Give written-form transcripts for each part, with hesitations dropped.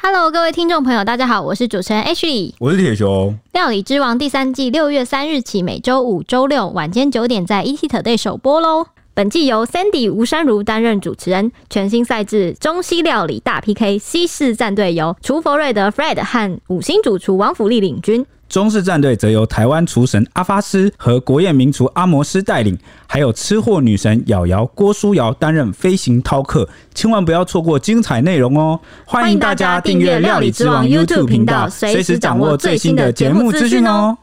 Hello， 各位听众朋友，大家好，我是主持人 Ashley， 我是铁熊。 料理之王第3季6月3日起，每周五、周六晚间9点在 ETtoday 首播咯。本季由 Sandy 吴珊如担任主持人，全新赛制中西料理大 PK， 西式战队由厨佛瑞德 Fred 和5星主厨王福利领军。 中式战队则由台湾厨神阿发师和国宴名厨阿摩斯带领，还有吃货女神瑶瑶郭书瑶担任飞行饕客，千万不要错过精彩内容哦！欢迎大家订阅料理之王 YouTube 频道，随时掌握最新的节目资讯哦。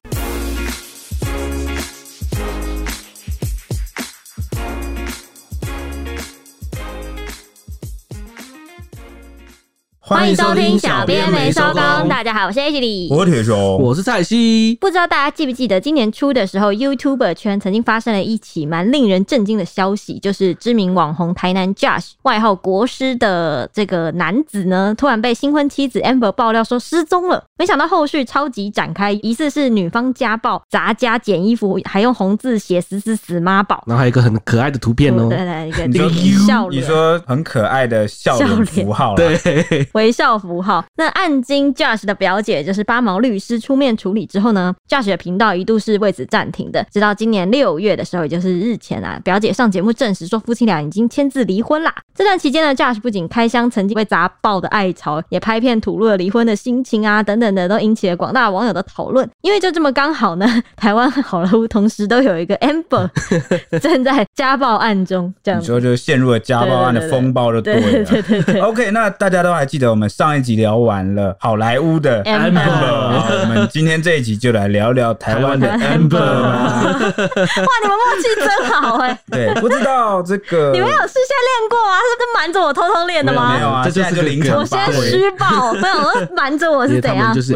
欢迎收听小编没收工，大家好，我是 Ashley， 我是铁熊， 我是蔡西。 不知道大家记不记得今年初的时候 YouTuber 圈曾经发生了一起蛮令人震惊的消息，就是知名网红台南 Josh 外号国师的这个男子呢，突然被新婚妻子 Amber 爆料说失踪了。没想到后续超级展开，疑似是女方家暴砸家捡衣服，还用红字写死妈宝， 然后还有一个很可爱的图片哦， 对，一个笑脸， 你说很可爱的笑脸符号啦， 对， 微笑符号。那案经 Josh 的表姐就是八毛律师出面处理之后呢， Josh 的频道一度是为此暂停的，直到今年6月的时候，也就是日前啊，表姐上节目证实说夫妻俩已经签字离婚啦。这段期间呢， Josh 不仅开箱曾经被砸爆的爱巢，也拍片吐露了离婚的心情啊等等的，都引起了广大网友的讨论。因为就这么刚好呢，台湾好莱坞同时都有一个 Amber 正在家暴案中，这样你说就陷入了家暴案的风暴就对了。 对。 OK， 那大家都还记得我们上一集聊完了好莱坞的 Amber， 我们今天这一集就来聊聊台湾的 Amber 吧。 哇，你们默契真好哎！ 对，不知道这个你们有事先练过吗？是不是瞒着我偷偷练的吗？ 没有啊， 这就是现在就临场我发挥。 先虚报，我想说瞒着我是怎样？ 因为他们就是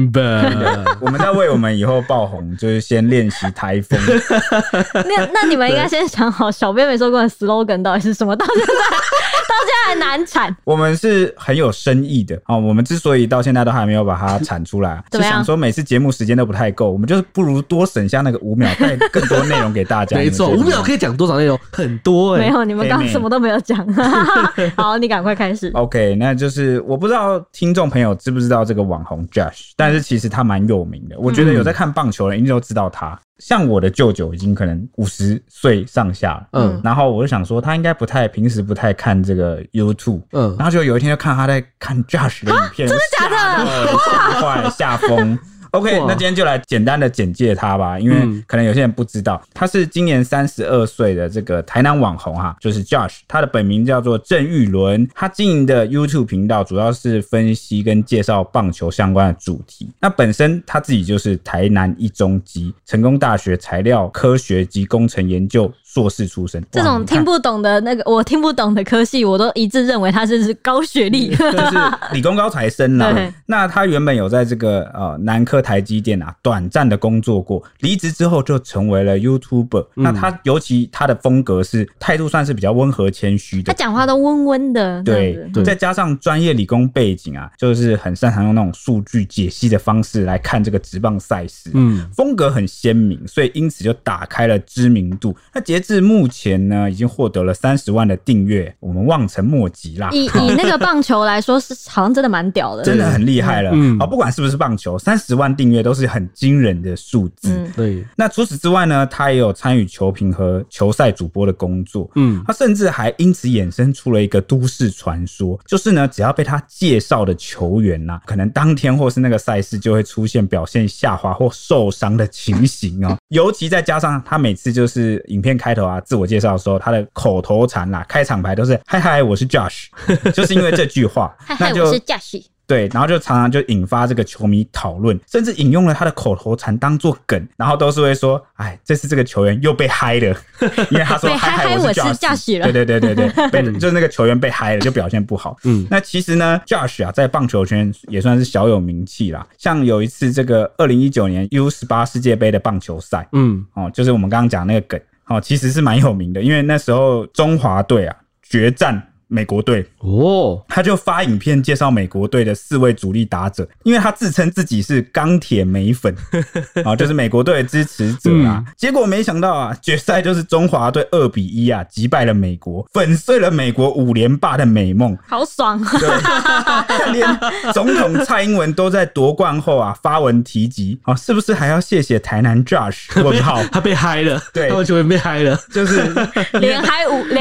Amber， 我们在为我们以后爆红，就是先练习台风。 那你们应该先想好，小编没说过的 slogan 到底是什么？到现在还难产。 我们是很有深意的哦。我们之所以到现在都还没有把它产出来， 怎么样？ 就想说每次节目时间都不太够，我们就不如多省下那个5秒，带更多内容给大家。 没错，5秒可以讲多少内容？很多哎。 没有，你们刚刚什么都没有讲。好，你赶快开始。 OK， 那就是我不知道听众朋友知不知道这个网红 Josh， 但是其实他蛮有名的。我觉得有在看棒球的人一定都知道他。像我的舅舅已经可能50岁上下了，然后我就想说他应该平时不太看这个 YouTube，然后就有一天就看他在看 Josh 的影片， 真的假的？ 坏下风。OK， 那今天就来简单的简介他吧，因为可能有些人不知道，他是今年32岁的这个台南网红哈，就是 Josh， 他的本名叫做郑玉伦，他经营的 YouTube 频道主要是分析跟介绍棒球相关的主题。那本身他自己就是台南一中基成功大学材料科学及工程研究硕士出身。 这种听不懂的我听不懂的科系，我都一致认为他是高学历， 就是理工高材生啦。那他原本有在这个南科台积电啊短暂的工作过，离职之后就成为了 YouTuber。那他尤其他的风格是态度算是比较温和谦虚的， 他讲话都温温的。 对，再加上专业理工背景啊，就是很擅长用那种数据解析的方式来看这个职棒赛事，风格很鲜明，所以因此就打开了知名度。那截至目前呢，已经获得了30万的订阅，我们望尘莫及啦。 以那个棒球来说，是好像真的蛮屌的， 真的很厉害了。不管是不是棒球，30万订阅都是很惊人的数字。 对。 那除此之外呢，他也有参与球评和球赛主播的工作。他甚至还因此衍生出了一个都市传说，就是呢，只要被他介绍的球员啊，可能当天或是那个赛事就会出现表现下滑或受伤的情形哦。尤其再加上他每次就是影片开头啊，自我介绍的时候，他的口头禅啦，开场白都是嗨嗨，我是 Josh， 就是因为这句话， 嗨嗨，我是 Josh。 对，然后就常常就引发这个球迷讨论，甚至引用了他的口头禅当作梗，然后都是会说，哎，这次这个球员又被嗨了，因为他说嗨嗨我是 Josh 了，对，就是那个球员被嗨了，就表现不好。那其实呢 ，Josh 啊，在棒球圈也算是小有名气啦。像有一次这个2019年 U18 世界杯的棒球赛，就是我们刚刚讲那个梗，其实是蛮有名的，因为那时候中华队啊决战美国队哦， 他就发影片介绍美国队的4位主力打者，因为他自称自己是钢铁美粉就是美国队的支持者啊。结果没想到啊，决赛就是中华队2-1啊击败了美国，粉碎了美国5连霸的美梦， 好爽啊！ 对，连总统蔡英文都在夺冠后啊发文提及是不是还要谢谢台南 Josh？ 问号， 他被嗨了， 对， 他们球员被嗨了， 就是连嗨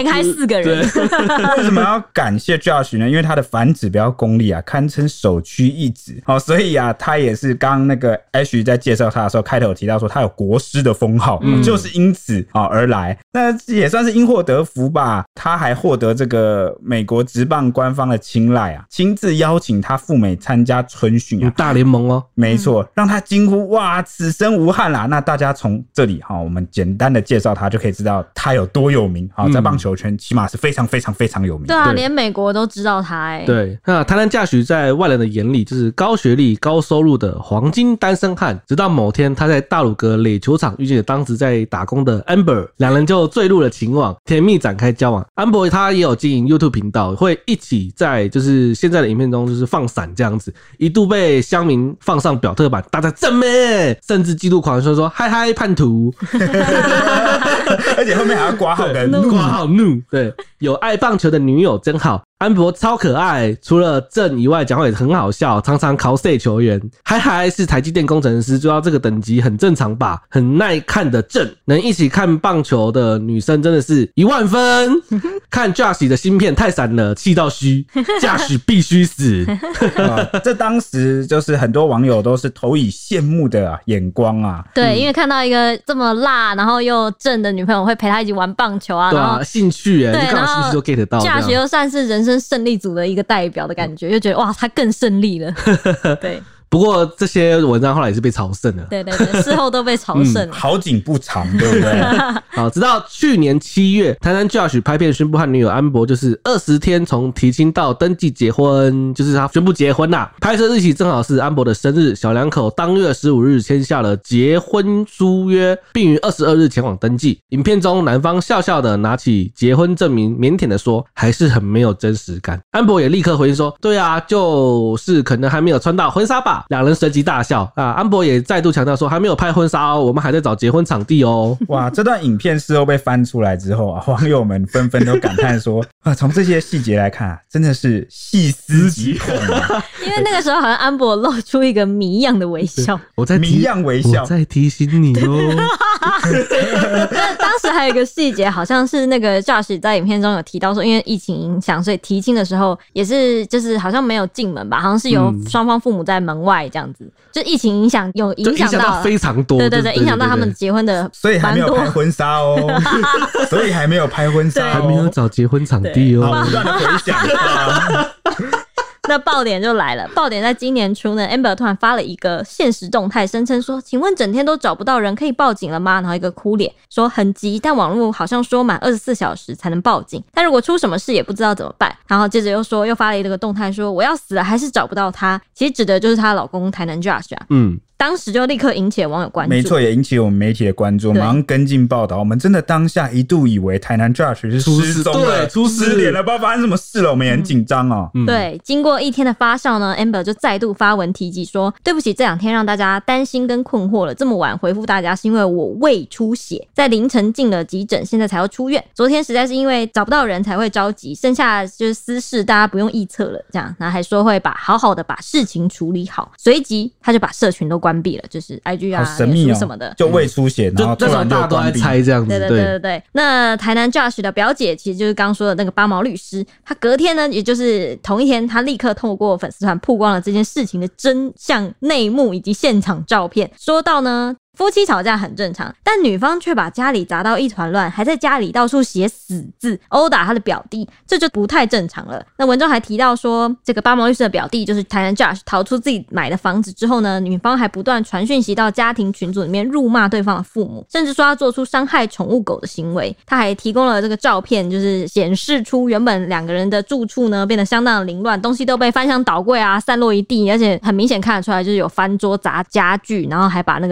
4个人。 为什么要感谢 Josh 呢？因为他的反指标功力啊，堪称首屈一指。所以啊，他也是刚刚那个 Ash 在介绍他的时候，开头有提到说他有国师的封号，就是因此而来。那也算是因祸得福吧。他还获得这个美国职棒官方的青睐啊，亲自邀请他赴美参加春训啊， 大联盟哦， 没错，让他惊呼哇，此生无憾啦！那大家从这里我们简单的介绍他，就可以知道他有多有名在棒球圈起码是非常非常非常有名的。 对啊，连美国都知道他对，那台南Josh在外人的眼里就是高学历、高收入的黄金单身汉。直到某天，他在大鲁阁垒球场遇见了当时在打工的 Amber， 两人就坠入了情网，甜蜜展开交往。Amber 他也有经营 YouTube 频道，会一起在就是现在的影片中就是放闪这样子，一度被乡民放上表特版，大家正妹，甚至嫉妒狂说嗨嗨叛徒， 而且后面还要挂号跟挂号怒，对，有爱棒球的女友真好。安博超可爱，除了正以外，讲话也很好笑，常常 cos 球员。还是台积电工程师，做到这个等级很正常吧？很耐看的正，能一起看棒球的女生真的是10000分。看 Josh 的芯片太闪了，气到虚 ，Josh 必须死。 这当时就是很多网友都是投以羡慕的眼光啊。 对，因为看到一个这么辣，然后又正的女朋友会陪他一起玩棒球啊， 对啊， 然后兴趣对， 你刚好兴趣都 get 到。 Josh 又算是人生胜利组的一个代表的感觉，就觉得哇，他更胜利了。对。 不过这些文章后来也是被朝圣了， 对对对，事后都被朝圣了。 好景不长，对不对？ 好，直到去年7月，台南 Josh 拍片宣布和女友安博就是20天从提亲到登记结婚，就是他宣布结婚啦。拍摄日期正好是安博的生日，小两口当月15日签下了结婚书约，并于22日前往登记。影片中，男方笑笑的拿起结婚证明，腼腆的说，还是很没有真实感。安博也立刻回应说，对啊，就是可能还没有穿到婚纱吧。两人随即大笑啊！安博也再度强调说，还没有拍婚纱哦，我们还在找结婚场地哦。 哇，这段影片事后被翻出来之后啊，网友们纷纷都感叹说啊，从这些细节来看真的是细思极恐啊！ 因为那个时候好像安博露出一个谜一样的微笑， 谜样微笑， 我在提醒你哦。 那当时还有一个细节，好像是那个 Josh 在影片中有提到说，因为疫情影响，所以提亲的时候也是就是好像没有进门吧，好像是由双方父母在门外这样子，就疫情影响有影响到非常多， 对对对，影响到他们结婚的， 所以还没有拍婚纱哦，所以还没有拍婚纱， 还没有找结婚场地哦， 不断的回想。 那爆点就来了，爆点在今年初呢 ，Amber 突然发了一个限时动态，声称说：“请问整天都找不到人，可以报警了吗？”然后一个哭脸，说很急，但网络好像说满24小时才能报警，但如果出什么事也不知道怎么办。然后接着又发了一个动态说：“我要死了，还是找不到他。”其实指的就是她老公台南 Josh 啊。当时就立刻引起了网友关注， 没错，也引起我们媒体的关注，马上跟进报道。我们真的当下一度以为台南 Josh 是失踪了，失联了，不知道发生什么事了，我们也很紧张哦。 对，经过1天的发酵呢 ，Amber 就再度发文提及说：“对不起，这2天让大家担心跟困惑了。这么晚回复大家是因为我胃出血，在凌晨进了急诊，现在才要出院。昨天实在是因为找不到人才会着急，剩下就是私事，大家不用臆测了。这样，然后还说会好好的把事情处理好。随即他就把社群都关闭了，就是 IG 啊、 神秘什么的， 就胃出血，然后突然就大家都在猜这样子。 对。那台南 Josh 的表姐，其实就是刚说的那个八毛律师，他隔天呢，也就是同一天，他立刻透过粉丝团曝光了这件事情的真相内幕以及现场照片，说到呢。夫妻吵架很正常，但女方却把家里砸到一团乱，还在家里到处写死字，殴打他的表弟，这就不太正常了。那文中还提到说，这个八毛律师的表弟就是台南 Josh 逃出自己买的房子之后呢，女方还不断传讯息到家庭群组里面辱骂对方的父母，甚至说他做出伤害宠物狗的行为。他还提供了这个照片，就是显示出原本2个人的住处呢变得相当的凌乱，东西都被翻箱倒柜啊，散落一地，而且很明显看得出来就是有翻桌砸家具，然后还把那个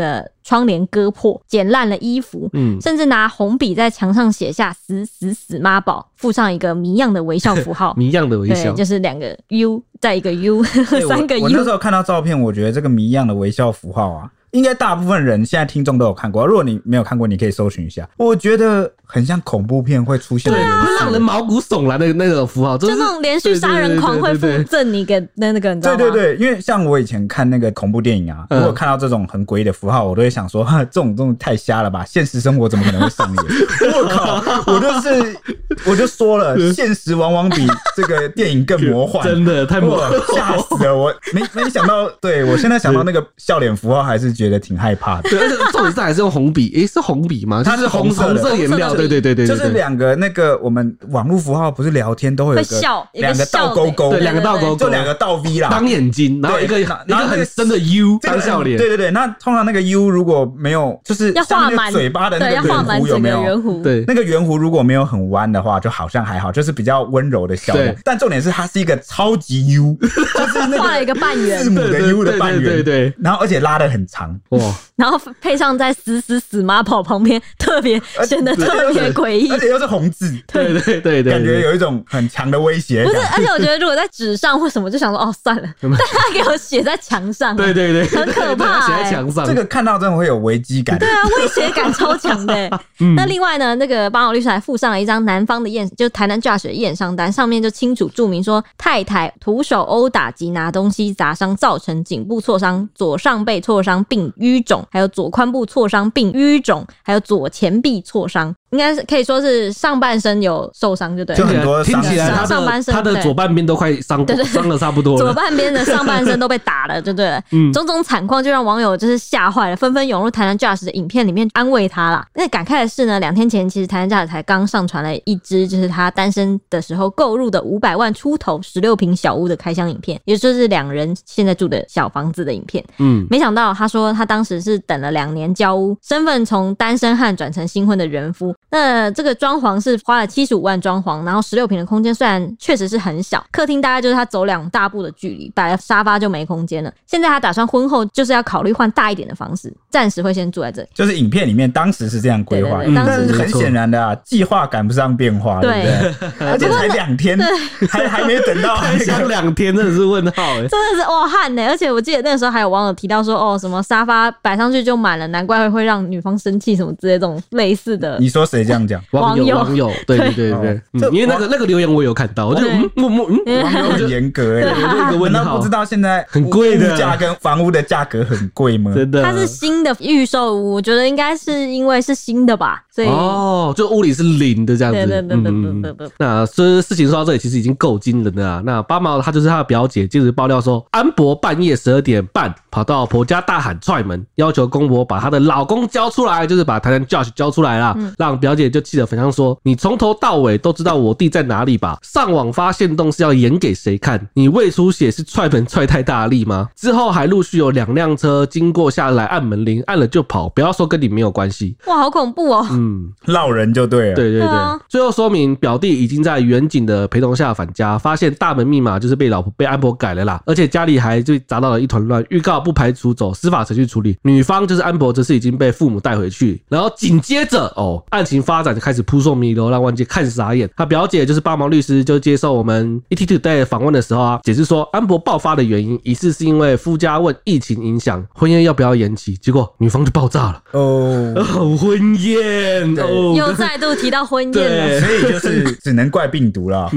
窗帘割破，剪烂了衣服，甚至拿红笔在墙上写下死死死妈宝，附上一个谜样的微笑符号。 谜样的微笑， 对，就是2个 U 再一个 U 3个 U。 我那时候看到照片，我觉得这个谜样的微笑符号啊，应该大部分人现在听众都有看过，如果你没有看过，你可以搜寻一下。我觉得很像恐怖片会出现的， 会让人毛骨悚然的那个符号， 就那种连续杀人狂会附赠你给那个，你知道吗？ 对对对，因为像我以前看那个恐怖电影啊，如果看到这种很诡异的符号，我都会想说，这种东西太瞎了吧，现实生活怎么可能会上演？我靠，我就说了，现实往往比这个电影更魔幻， 真的太魔幻， 吓死了我！没想到，对我现在想到那个笑脸符号，还是觉得挺害怕的。 对，而且重点是还是用红笔，是红笔吗？ 它是红色颜料，对， 就是2个那个我们网络符号不是聊天都会有个2个倒勾勾， 对，2个倒勾勾， 就2个倒 V 啦， 当眼睛，然后一个很深的 U 当笑脸， 对，那通常那个 U 如果没有，就是要画满嘴巴的那个圆弧有没有？ 对， 那个圆弧如果没有很弯的话，就好像还好，就是比较温柔的笑脸。但重点是它是一个超级 U， 就是那个画了一个半圆字母的 U 的半圆， 对， 然后而且拉得很长，哇！ 然后配上在死死死妈宝旁边，特别显得特别诡异， 而且又是红字， 对， 感觉有一种很强的威胁感。 不是，而且我觉得如果在纸上或什么，就想说算了，但他给我写在墙上， 对， 很可怕， 写在墙上， 这个看到真的会有危机感。 对啊，威胁感超强的。那另外呢，那个巴毛律师还附上了一张南方的就是台南 Josh 的验伤单，上面就清楚注明说，太太徒手殴打及拿东西砸伤，造成颈部挫伤、左上背挫伤并淤肿，还有左髋部挫伤并淤肿，还有左前臂挫伤。应该是可以说是上半身有受伤，就对了。 就很多听起来他的左半边都快伤了差不多了， 左半边的上半身都被打了，就对了。种种惨况就让网友就是吓坏了，纷纷涌入台南 Josh 的影片里面安慰他啦。那感慨的是呢，2天前其实台南 Josh 才刚上传了一支就是他单身的时候购入的500万出头16坪小屋的开箱影片，也就是2人现在住的小房子的影片。没想到他说他当时是等了2年交屋，身份从单身汉转成新婚的人夫。那这个装潢是花了75万装潢，然后16坪的空间虽然确实是很小，客厅大概就是他走2大步的距离，摆了沙发就没空间了。现在他打算婚后就是要考虑换大一点的房子，暂时会先住在这里。 就是影片里面当时是这样规划，但是很显然的啊，计划赶不上变化，对不对？而且才2天，还没等到开箱2天，真的是问号真的是汗而且我记得那个时候还有网友提到说，什么沙发摆上去就满了，难怪会让女方生气什么之类这种类似的。 你说谁这样讲？ 网友，对，因为那个留言我有看到，我就网友很严格难道不知道现在很贵的价跟房屋的价格很贵吗？ 真的， 它是新的预售屋，我觉得应该是因为是新的吧，所以就屋里是0的这样子。 对。 那这事情说到这里，其实已经够惊人了啊。那巴毛他就是他的表姐，接着爆料说，安博半夜12点半跑到婆家大喊踹门，要求公婆把她的老公交出来，就是把台南 Josh 交出来啦。让表姐就气得粉香说，你从头到尾都知道我弟在哪里吧？上网发限动是要演给谁看？你胃出血是踹门踹太大力吗？之后还陆续有2辆车经过下来按门铃，按了就跑，不要说跟你没有关系。 哇，好恐怖哦！ 烙人就对了。 对。最后说明表弟已经在远景的陪同下返家，发现大门密码就是被安博改了啦，而且家里还就砸到了一团乱，预告不排除走司法程序处理。女方就是安博，则是已经被父母带回去。然后紧接着案情发展就开始扑朔迷离，让外界看傻眼。他表姐就是巴毛律师就接受我们 ET2Day 访问的时候啊，解释说安博爆发的原因疑似是因为夫家问疫情影响婚宴要不要延期，结果女方就爆炸了。婚宴又再度提到婚宴了， 所以就是只能怪病毒了。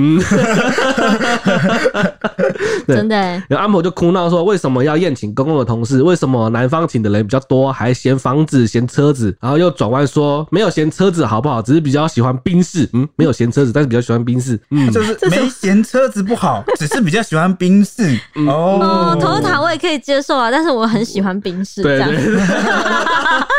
真的。 然后安博就哭闹说，为什么要宴请公公的同事？为什么男方请的人比较多，还嫌房子嫌车子？然后又转弯说，没有嫌车子好不好，只是比较喜欢宾士。没有嫌车子，但是比较喜欢宾士。 就是没嫌车子不好，只是比较喜欢宾士。 Toyota 我也可以接受啊，但是我很喜欢宾士。 对。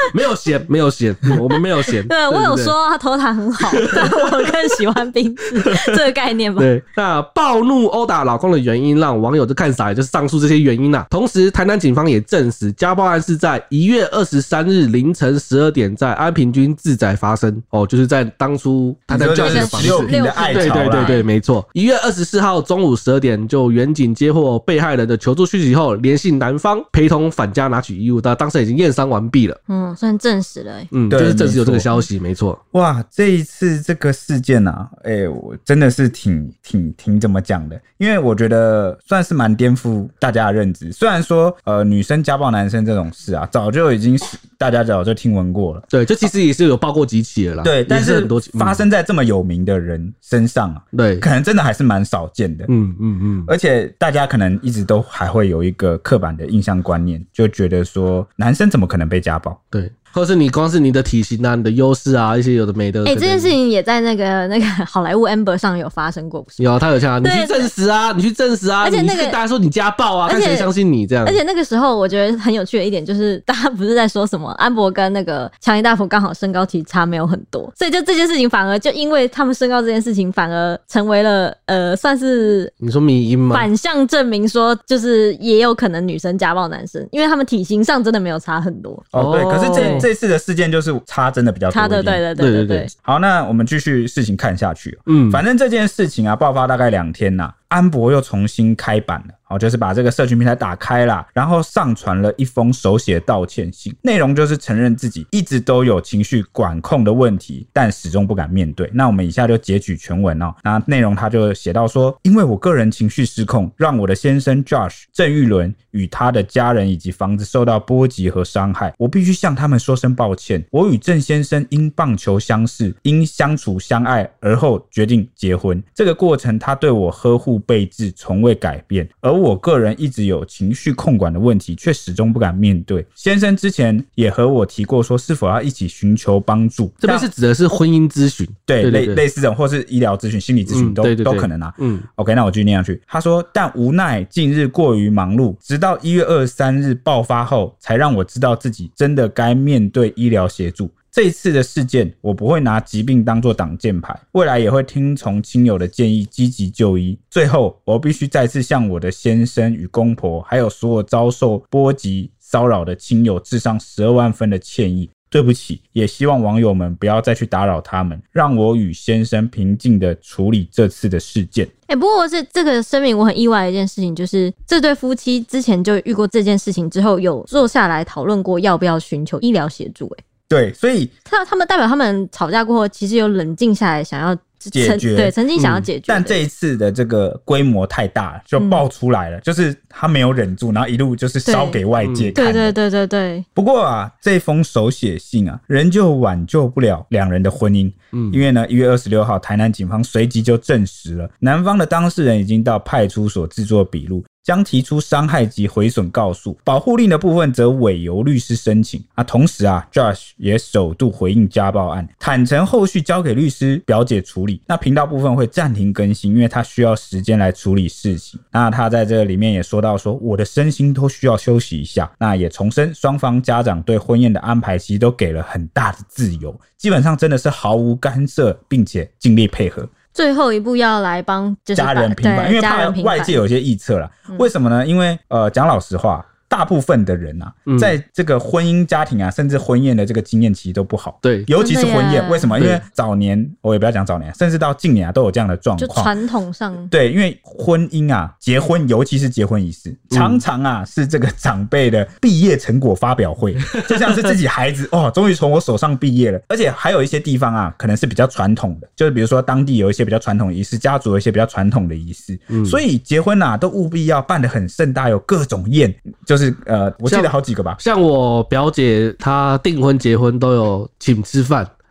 没有嫌，没有嫌，我们没有嫌。 对，我有说他头塔很好，但我更喜欢宾士这个概念吧。 对，那暴怒殴打老公的原因让网友就看傻，就是上述这些原因啦。同时，台南警方也证实，家暴案是在1月23日凌晨12点在安平军自宅发生。就是在当初台南教室的房子。 16坪的爱巢啦。 对，没错。1月24号中午12点，就远警接获被害人的求助讯息后，联系男方陪同返家拿取衣物，但当时已经验伤完毕了。 算证实了。 就是证实有这个消息，没错。 哇，这一次这个事件啊，我真的是挺怎么讲的？因为我觉得算是蛮颠覆大家的认知。虽然说女生家暴男生这种事啊，早就已经大家早就听闻过了。 对，这其实也是有爆过几起了啦。 对，但是很多发生在这么有名的人身上啊，对，可能真的还是蛮少见的。而且大家可能一直都还会有一个刻板的印象观念，就觉得说男生怎么可能被家暴？ 对。或是你光是你的体型啊、你的优势啊，一些有的没的。 这件事情也在那个好莱坞 Amber 上有发生过，不是？ 有，他有讲，你去证实啊，你去证实啊，而且大家说你家暴啊，看谁相信你这样。 而且那个时候我觉得很有趣的一点就是，大家不是在说什么安博跟那个强尼大夫刚好身高其实差没有很多，所以就这件事情反而就因为他们身高这件事情，反而成为了算是你说迷因吗？ 反向证明说，就是也有可能女生家暴男生，因为他们体型上真的没有差很多。 对，可是这次的事件就是差真的比较多一点。 差的，对。 好，那我们继续事情看下去。反正这件事情啊，爆发大概2天啊，安博又重新开版了，就是把这个社群平台打开啦，然后上传了一封手写道歉信，内容就是承认自己一直都有情绪管控的问题，但始终不敢面对。那我们以下就截取全文那内容他就写到说，因为我个人情绪失控，让我的先生 Josh 郑玉伦与他的家人以及房子受到波及和伤害，我必须向他们说声抱歉。我与郑先生因棒球相识，因相处相爱而后决定结婚，这个过程他对我呵护备至，从未改变，而我个人一直有情绪控管的问题，却始终不敢面对。先生之前也和我提过说是否要一起寻求帮助， 这边是指的是婚姻咨询， 对，类似这种，或是医疗咨询、心理咨询都可能啊。OK， 那我继续念下去。他说，但无奈近日过于忙碌，直到1月23日爆发后，才让我知道自己真的该面对医疗协助。这一次的事件，我不会拿疾病当作挡箭牌，未来也会听从亲友的建议，积极就医。最后，我必须再次向我的先生与公婆，还有所有遭受波及骚扰的亲友致上12万分的歉意。对不起，也希望网友们不要再去打扰他们，让我与先生平静的处理这次的事件。 不过这个声明我很意外的一件事情，就是这对夫妻之前就遇过这件事情之后，有坐下来讨论过要不要寻求医疗协助。 对，所以他们代表他们吵架过后，其实有冷静下来，想要解决， 对，曾经想要解决， 但这一次的这个规模太大了，就爆出来了，就是他没有忍住，然后一路就是烧给外界看的。 对。 不过啊，这封手写信啊，仍旧挽救不了两人的婚姻。因为呢，1月26号，台南警方随即就证实了，男方的当事人已经到派出所制作笔录，将提出伤害及毁损告诉，保护令的部分则委由律师申请。同时啊 Josh 也首度回应家暴案，坦诚后续交给律师表姐处理。那频道部分会暂停更新，因为他需要时间来处理事情。那他在这里面也说到说，我的身心都需要休息一下。那也重申双方家长对婚宴的安排其实都给了很大的自由，基本上真的是毫无干涉，并且尽力配合。 最后一步要来帮家人平反，因为怕外界有些臆测啦。为什么呢？因为讲老实话，大部分的人啊，在这个婚姻家庭啊，甚至婚宴的这个经验其实都不好。对，尤其是婚宴，为什么？因为早年，我也不要讲早年，甚至到近年啊，都有这样的状况。 就传统上， 对，因为婚姻啊，结婚，尤其是结婚仪式，常常啊是这个长辈的毕业成果发表会，就像是自己孩子哦，终于从我手上毕业了。而且还有一些地方啊，可能是比较传统的，就是比如说当地有一些比较传统的仪式，家族有一些比较传统的仪式，所以结婚啊都务必要办得很盛大，有各种宴，就是我记得好几个吧。 像我表姐她订婚结婚都有请吃饭。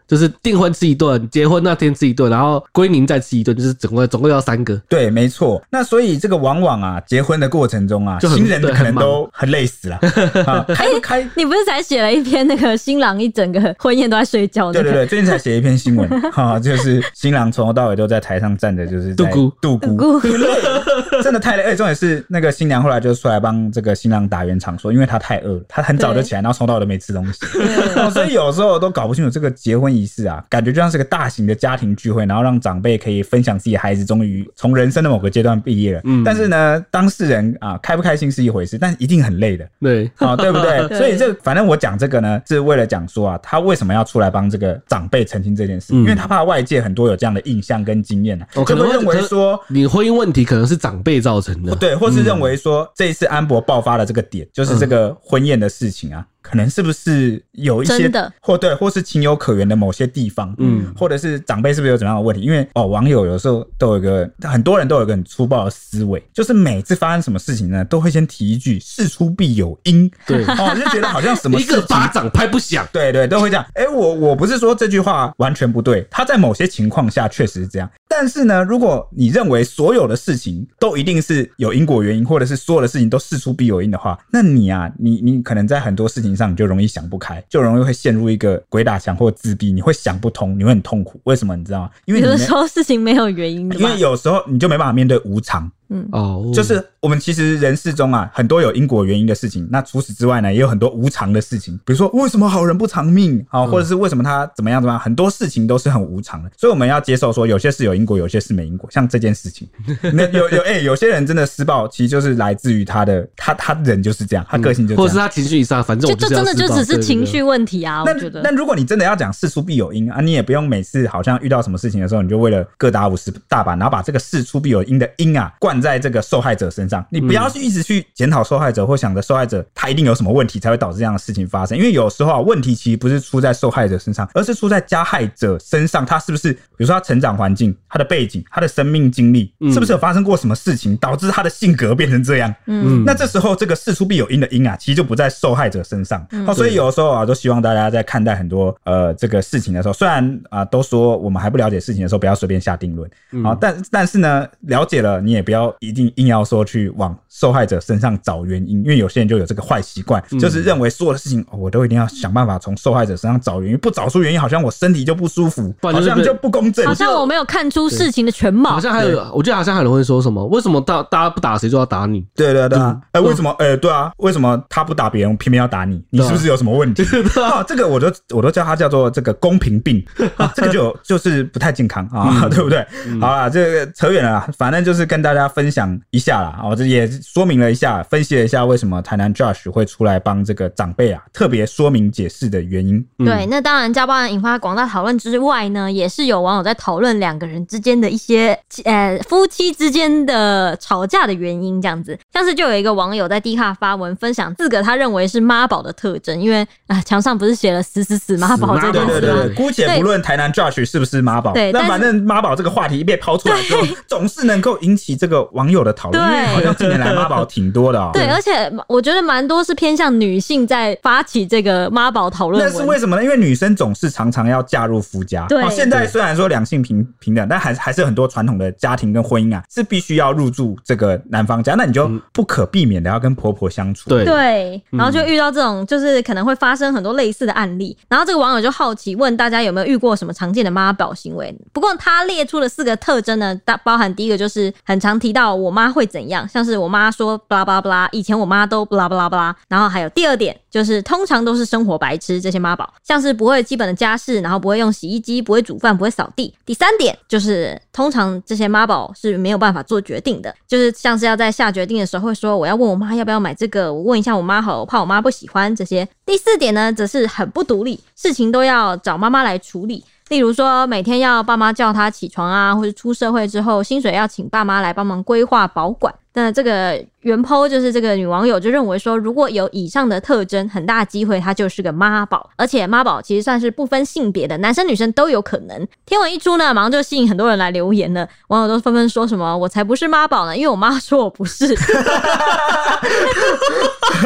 就是订婚吃一顿，结婚那天吃一顿，然后归宁再吃一顿，就是总共要3个。 对，没错。那所以这个往往啊，结婚的过程中啊，新人可能都很累死了。开不开？ 你不是才写了一篇那个新郎一整个婚宴都在睡觉？ 对对对，最近才写一篇新闻就是新郎从头到尾都在台上站着，就是在度孤，真的太累。重点是那个新娘后来就出来帮这个新郎打圆场，说因为他太饿了，他很早就起来，然后从头到尾都没吃东西。所以有时候都搞不清楚这个结婚仪式啊，感觉就像是个大型的家庭聚会，然后让长辈可以分享自己孩子终于从人生的某个阶段毕业了。但是呢，当事人啊开不开心是一回事，但一定很累的。 对， 对不对？所以反正我讲这个呢，是为了讲说啊，他为什么要出来帮这个长辈澄清这件事，因为他怕外界很多有这样的印象跟经验就会认为说你婚姻问题可能是长辈造成的， 对，或是认为说这一次安博爆发的这个点，就是这个婚宴的事情啊。可能是不是有一些或是情有可原的某些地方，或者是长辈是不是有怎样的问题？因为网友有时候都有一个，很多人都有一个很粗暴的思维，就是每次发生什么事情呢，都会先提一句事出必有因， 对， 就觉得好像什么事情一个巴掌拍不响， 对对，都会这样。我不是说这句话完全不对，他在某些情况下确实是这样，但是呢，如果你认为所有的事情都一定是有因果原因，或者是所有的事情都事出必有因的话，那你啊，你可能在很多事情上你就容易想不开，就容易会陷入一个鬼打墙或自闭，你会想不通，你会很痛苦。为什么你知道吗？因为有的时候事情没有原因的， 因为有时候你就没办法面对无常。就是我们其实人世中啊，很多有因果原因的事情，那除此之外呢，也有很多无常的事情，比如说为什么好人不长命或者是为什么他怎么样，很多事情都是很无常的，所以我们要接受说有些事有因果，有些事没因果。像这件事情，有些人真的施暴，其实就是来自于他人就是这样，他个性就这样， 或者是他情绪以上，反正我就真的就只是情绪问题啊。我觉得， 那如果你真的要讲事出必有因啊，你也不用每次好像遇到什么事情的时候，你就为了各打50大板，然后把这个事出必有因的因啊灌在这个受害者身上，你不要去一直去检讨受害者，或想着受害者他一定有什么问题才会导致这样的事情发生。因为有时候问题其实不是出在受害者身上，而是出在加害者身上。他是不是比如说他成长环境、他的背景、他的生命经历，是不是有发生过什么事情导致他的性格变成这样？那这时候这个事出必有因的因啊，其实就不在受害者身上。所以有时候啊，都希望大家在看待很多这个事情的时候，虽然都说我们还不了解事情的时候不要随便下定论，但是呢，了解了你也不要一定硬要说去往受害者身上找原因，因为有些人就有这个坏习惯，就是认为所有的事情我都一定要想办法从受害者身上找原因，不找出原因好像我身体就不舒服，好像就不公正， 好像我没有看出事情的全貌。 好像还有，我记得好像还有人会说什么，为什么大家不打谁就要打你？ 对对对啊，为什么对啊，为什么他不打别人偏偏要打你？你是不是有什么问题？这个我都叫他叫做这个公平病，这个就是不太健康对不对？好啦，这个扯远了啦，反正就是跟大家分享一下啦，这也说明了一下，分析了一下为什么台南 Josh 会出来帮这个长辈啊特别说明解释的原因。 对，那当然家暴案引发广大讨论之外呢，也是有网友在讨论两个人之间的一些夫妻之间的吵架的原因，这样子。像是就有一个网友在 Dcard 发文分享4个他认为是妈宝的特征，因为墙上不是写了死妈宝这件事吗？ 对，姑且不论台南 Josh 是不是妈宝，对，但反正妈宝这个话题一被抛出来之后，总是能够引起这个网友的讨论，因为好像近年来妈宝挺多的对，而且我觉得蛮多是偏向女性在发起这个妈宝讨论。 那是为什么呢？因为女生总是常常要嫁入夫家。 对， 现在虽然说两性平等，但还是很多传统的家庭跟婚姻啊，是必须要入住这个男方家，那你就不可避免的要跟婆婆相处。 对，然后就遇到这种就是可能会发生很多类似的案例，然后这个网友就好奇问大家有没有遇过什么常见的妈宝行为。不过他列出了4个特征呢，包含第一个就是很常提到我妈会怎样，像是我妈说blah blah blah，以前我妈都blah blah blah，然后还有第2点就是通常都是生活白痴，这些妈宝像是不会基本的家事，然后不会用洗衣机，不会煮饭，不会扫地。第3点就是通常这些妈宝是没有办法做决定的，就是像是要在下决定的时候会说我要问我妈要不要买这个，我问一下我妈好，我怕我妈不喜欢这些。第4点呢则是很不独立，事情都要找妈妈来处理，例如说每天要爸妈叫他起床啊，或是出社会之后薪水要请爸妈来帮忙规划保管。那这个原 po 就是这个女网友就认为说，如果有以上的特征，很大机会她就是个妈宝，而且妈宝其实算是不分性别的，男生女生都有可能。天文一出呢，马上就吸引很多人来留言了，网友都纷纷说什么我才不是妈宝呢，因为我妈说我不是。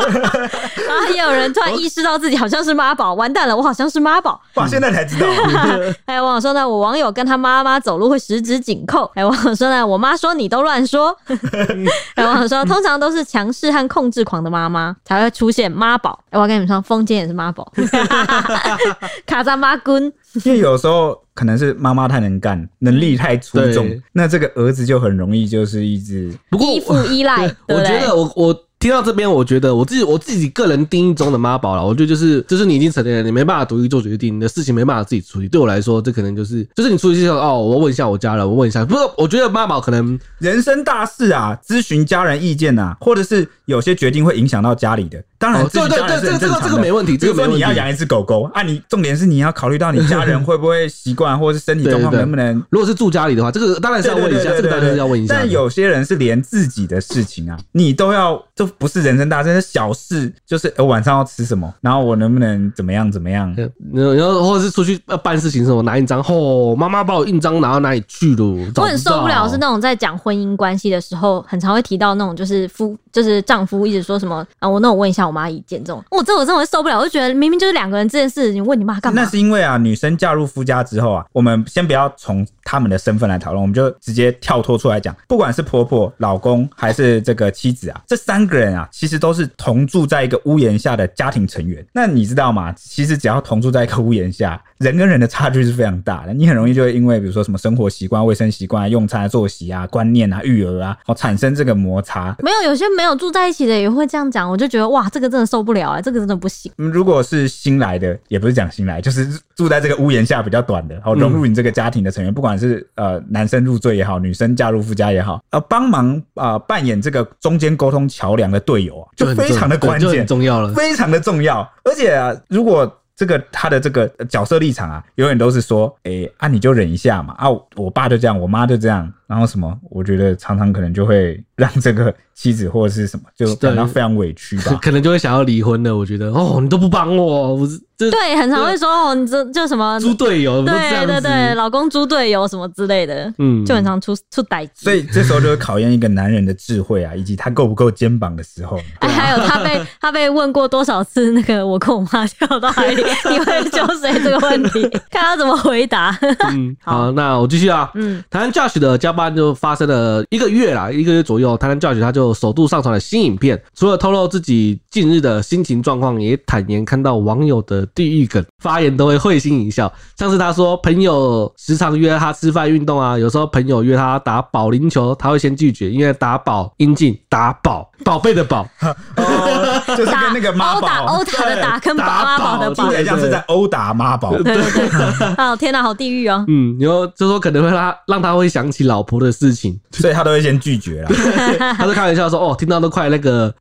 然后也有人突然意识到自己好像是妈宝，完蛋了，我好像是妈宝。 哇，现在才知道。 还有网友说呢，我网友跟他妈妈走路会十指紧扣。还有网友说呢，我妈说你都乱说。还有网友说，通常都是强势和控制狂的妈妈才会出现妈宝。我要跟你们说，风间也是妈宝。卡扎妈君。 因为有时候可能是妈妈太能干，能力太出众，那这个儿子就很容易就是一直依附依赖。 我觉得我听到这边，我觉得我自己个人定义中的妈宝啦，我觉得就是你已经成年了，你没办法独立做决定，你的事情没办法自己处理。对我来说，这可能就是你处理事情我问一下我家人，我问一下。不过我觉得妈宝可能人生大事啊，咨询家人意见啊，或者是有些决定会影响到家里的。当然， 对，这个没问题。 比如说你要养一只狗狗啊，你重点是你要考虑到你家人会不会习惯，或者是身体状况能不能。 如果是住家里的话，这个当然是要问一下，这个当然是要问一下。 但有些人是连自己的事情啊，你都要，就不是人生大事，是小事，就是我晚上要吃什么，然后我能不能怎么样， 然后或者是出去办事情什么，拿印章，妈妈把我印章拿到哪里去了？ 我很受不了是那种在讲婚姻关系的时候，很常会提到那种就是丈夫一直说什么啊，我问一下我妈意见这种，我真的会受不了，我就觉得明明就是两个人这件事，你问你妈干嘛？ 那是因为啊，女生嫁入夫家之后啊，我们先不要从他们的身份来讨论，我们就直接跳脱出来讲，不管是婆婆、老公还是这个妻子啊，这三个人啊，其实都是同住在一个屋檐下的家庭成员。那你知道吗？其实只要同住在一个屋檐下，人跟人的差距是非常大的，你很容易就会因为比如说什么生活习惯、卫生习惯、用餐、作息啊、观念啊、育儿啊，产生这个摩擦。 有些没有住在一起的也会这样讲，我就觉得哇，这个真的受不了这个真的不行。 如果是新来的，也不是讲新来，就是住在这个屋檐下比较短的，融入你这个家庭的成员，不管是男生入赘也好，女生嫁入夫家也好，帮忙扮演这个中间沟通桥梁的队友啊，就非常的关键， 就很重要了， 非常的重要。而且啊，如果他的这个角色立场啊，永远都是说，你就忍一下嘛，我爸就这样，我妈就这样，然后什么，我觉得常常可能就会让这个妻子或者是什么就感到非常委屈吧， 可能就会想要离婚了。我觉得你都不帮我， 对，很常会说你就什么猪队友， 对，老公猪队友什么之类的，就很常出歹机。 所以这时候就会考验一个男人的智慧啊，以及他够不够肩膀的时候。 还有他被问过多少次那个我跟我妈掉到海里，你会救谁这个问题，看他怎么回答。 好，那我继续啊。台南 Josh 的加班就发生了1个月左右，台南 Josh 他就首度上传了新影片，除了透露自己近日的心情状况，也坦言看到网友的地狱梗，发言都会会心一笑。像是他说朋友时常约他吃饭运动啊，有时候朋友约他打保龄球，他会先拒绝，因为打保阴茎打宝贝的宝， 就是跟那个妈宝殴打的打跟妈宝的宝， 听起来像是在殴打妈宝。 对，天哪，好地狱哦。 就说可能会让他会想起老婆的事情， 所以他都会先拒绝啦。 他就开玩笑说听到都快那个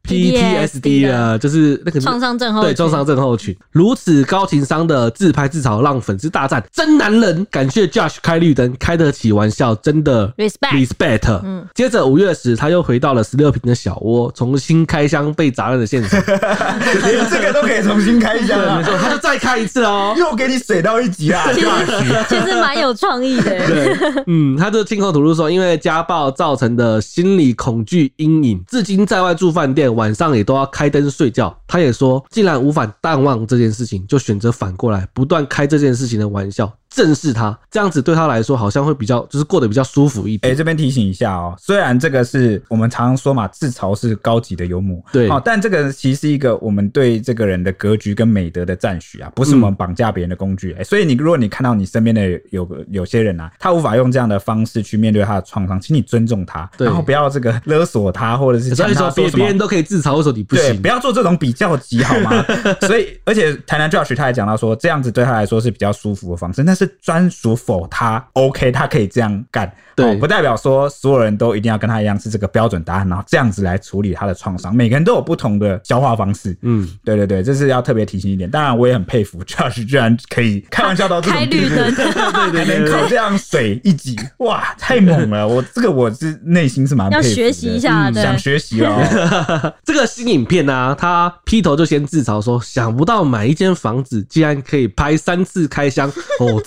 PTSD 了，就是那个创伤症候群。 对，创伤症候群。如此高情商的自拍自嘲让粉丝大赞，真男人！感谢 Josh 开绿灯，开得起玩笑，真的 respect。接着5月时，他又回到了16坪的小窝，重新开箱被砸烂的现场。 连这个都可以重新开箱啊！ 没错，他就再开一次哦， 又给你水到1级啦。 其实蛮有创意的。 对，他就亲口吐露说，因为家暴造成的心理恐惧阴影，至今在外住饭店，晚上也都要开灯睡觉。他也说，既然无法淡忘这件事情，就选择反过来不断开这件事情的玩笑，正视他，这样子对他来说好像会比较就是过得比较舒服一点。 这边提醒一下哦，虽然这个是我们常常说嘛，自嘲是高级的幽默， 对， 但这个其实是一个我们对这个人的格局跟美德的赞许啊，不是我们绑架别人的工具。所以如果你看到你身边的有些人啊，他无法用这样的方式去面对他的创伤，请你尊重他，然后不要这个勒索他，或者是讲他说别人都可以自嘲，为什么你不行？ 对，不要做这种比较级好吗？所以而且台南 Josh 他还讲到说，这样子对他来说是比较舒服的方式，那是专属否他 OK， 他可以这样干，对，不代表说所有人都一定要跟他一样是这个标准答案，然后这样子来处理他的创伤。每个人都有不同的消化方式，对，这是要特别提醒一点。当然，我也很佩服 Josh 居然可以开玩笑到这种地步，还能靠这样水1级，哇，太猛了！我是内心是蛮佩服的， 要学习一下， 想学习了。 这个新影片啊，他劈头就先自嘲说，想不到买一间房子竟然可以拍3次开箱，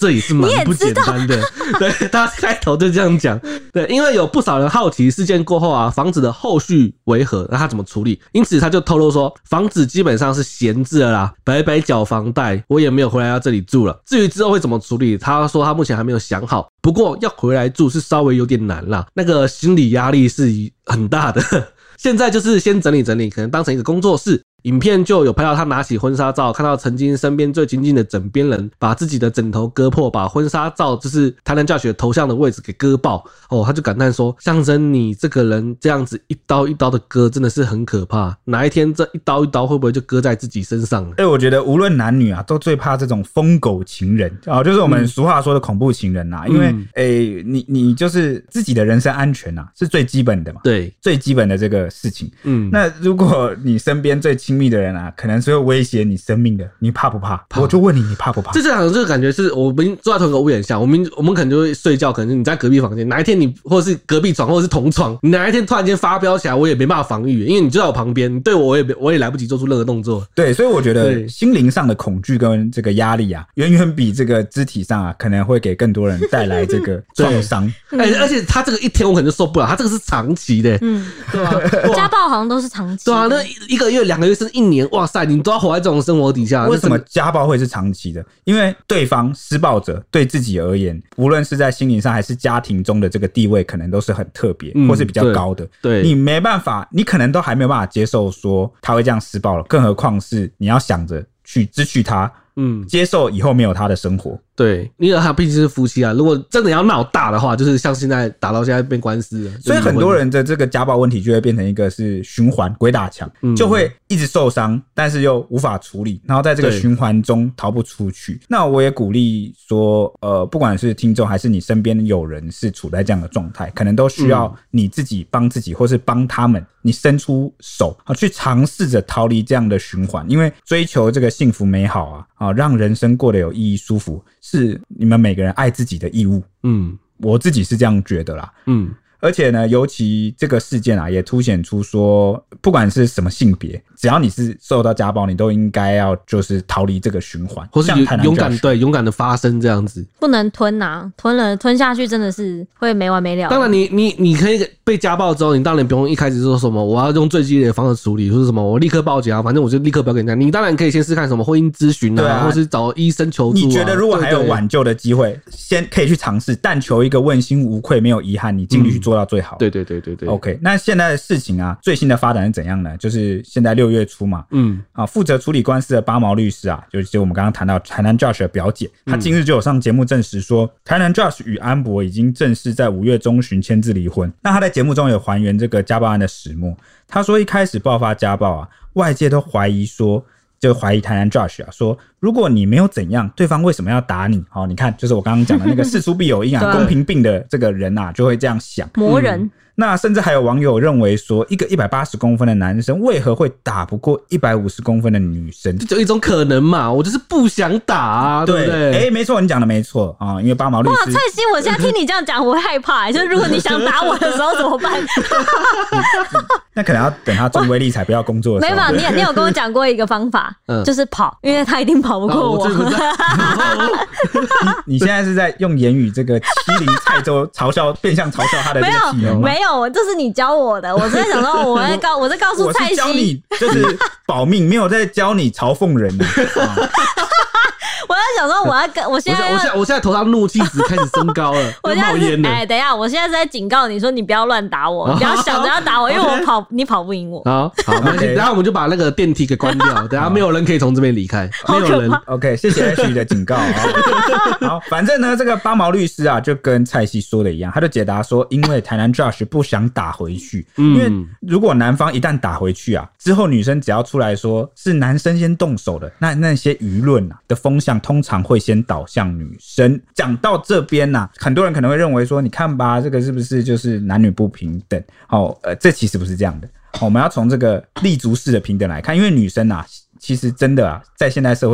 这也是蛮不简单的。对，他开头就这样讲。对，因为有不少人好奇事件过后啊，房子的后续为何，那他怎么处理？因此他就透露说，房子基本上是闲置了啦，白白缴房贷，我也没有回来到这里住了。至于之后会怎么处理，他说他目前还没有想好。不过要回来住是稍微有点难啦，那个心理压力是很大的。现在就是先整理整理，可能当成一个工作室。影片就有拍到他拿起婚纱照，看到曾经身边最亲近的枕边人把自己的枕头割破，把婚纱照就是台南Josh头像的位置给割爆。他就感叹说，象征你这个人这样子一刀一刀的割真的是很可怕，哪一天这一刀一刀会不会就割在自己身上了？ 我觉得无论男女啊，都最怕这种疯狗情人就是我们俗话说的恐怖情人因为你就是自己的人身安全是最基本的嘛， 对， 最基本的这个事情。那如果你身边最亲密的人可能是会威胁你生命的，你怕不怕？我就问你，你怕不怕？ 这好像这个感觉是我们坐在同一个屋檐下，我们可能就会睡觉，可能你在隔壁房间，哪一天你或者是隔壁床或者是同床，你哪一天突然间发飙起来，我也没办法防御，因为你就在我旁边，你对我也来不及做出任何动作。 对，所以我觉得心灵上的恐惧跟这个压力远远比这个肢体上可能会给更多人带来这个创伤。 而且他这个一天我可能就受不了，他这个是长期的，对吧？ 家暴好像都是长期的， 对啊，那1个月、2个月甚至1年，哇塞，你都要活在这种生活底下。 为什么家暴会是长期的？因为对方施暴者对自己而言，无论是在心灵上还是家庭中的这个地位，可能都是很特别，或是比较高的。 对， 你没办法，你可能都还没有办法接受说他会这样施暴了，更何况是你要想着去支取他，接受以后没有他的生活。 对，因为他毕竟是夫妻啊，如果真的要闹大的话，就是像现在打到现在变官司了， 所以很多人的这个家暴问题就会变成一个是循环鬼打墙，就会一直受伤，但是又无法处理，然后在这个循环中逃不出去。那我也鼓励说不管是听众还是你身边有人是处在这样的状态，可能都需要你自己帮自己，或是帮他们，你伸出手去尝试着逃离这样的循环，因为追求这个幸福美好让人生过得有意义舒服，是你们每个人爱自己的义务。我自己是这样觉得啦。而且呢，尤其这个事件也凸显出说，不管是什么性别，只要你是受到家暴，你都应该要就是逃离这个循环， 或是勇敢的发生这样子， 不能吞下去，真的是会没完没了。 当然你可以被家暴之后，你当然不用一开始说什么我要用最激烈的方式处理，或是什么我立刻报警反正我就立刻不要跟人家。你当然可以先试看什么婚姻咨询或是找医生求助你觉得如果还有挽救的机会，先可以去尝试，但求一个问心无愧，没有遗憾，你尽力去做到最好。 对 OK， 那现在的事情最新的发展是怎样呢？就是现在6月初嘛，负责处理官司的八毛律师就是我们刚刚谈到台南 Josh 的表姐，他近日就有上节目证实说，台南 Josh 与安博已经正式在5月中旬签字离婚。那他在节目中有还原这个家暴案的始末，他说一开始爆发家暴外界都怀疑台南 Josh 说，如果你没有怎样，对方为什么要打你？你看，就是我刚刚讲的那个事出必有因公平病的这个人就会这样想， 魔人。 那甚至还有网友认为说，一个180公分的男生为何会打不过150公分的女生？ 就有一种可能嘛，我就是不想打对不对？ 没错，你讲的没错因为八毛律师。 哇，蔡西，我现在听你这样讲，我会害怕就是如果你想打我的时候怎么办？ 那可能要等他中威力才不要工作的时候。 没有，你有跟我讲过一个方法，就是跑，因为他一定跑不过我。 你现在是在用言语这个欺凌蔡州变相嘲笑他的这个体能吗？ 没有，这是你教我的。我在想说，我在告诉蔡西， 我是教你就是保命，没有在教你嘲讽人我在想说，我现在头上怒气值开始升高了， 我冒烟了。 等一下，我现在是在警告你说，你不要乱打我，你不要想着要打我，因为你跑不赢我。 好，然后我们就把那个电梯给关掉，等一下没有人可以从这边离开，没有人。 OK， 谢谢 H 的警告。好，反正呢，这个八毛律师就跟蔡西说的一样，他就解答说，因为台南 Josh 不想打回去，因为如果男方一旦打回去之后女生只要出来说是男生先动手的，那些舆论的风向通常会先导向女生。讲到这边很多人可能会认为说，你看吧，这个是不是就是男女不平等？这其实不是这样的。我们要从这个立足式的平等来看，因为女生其实真的在现代社会上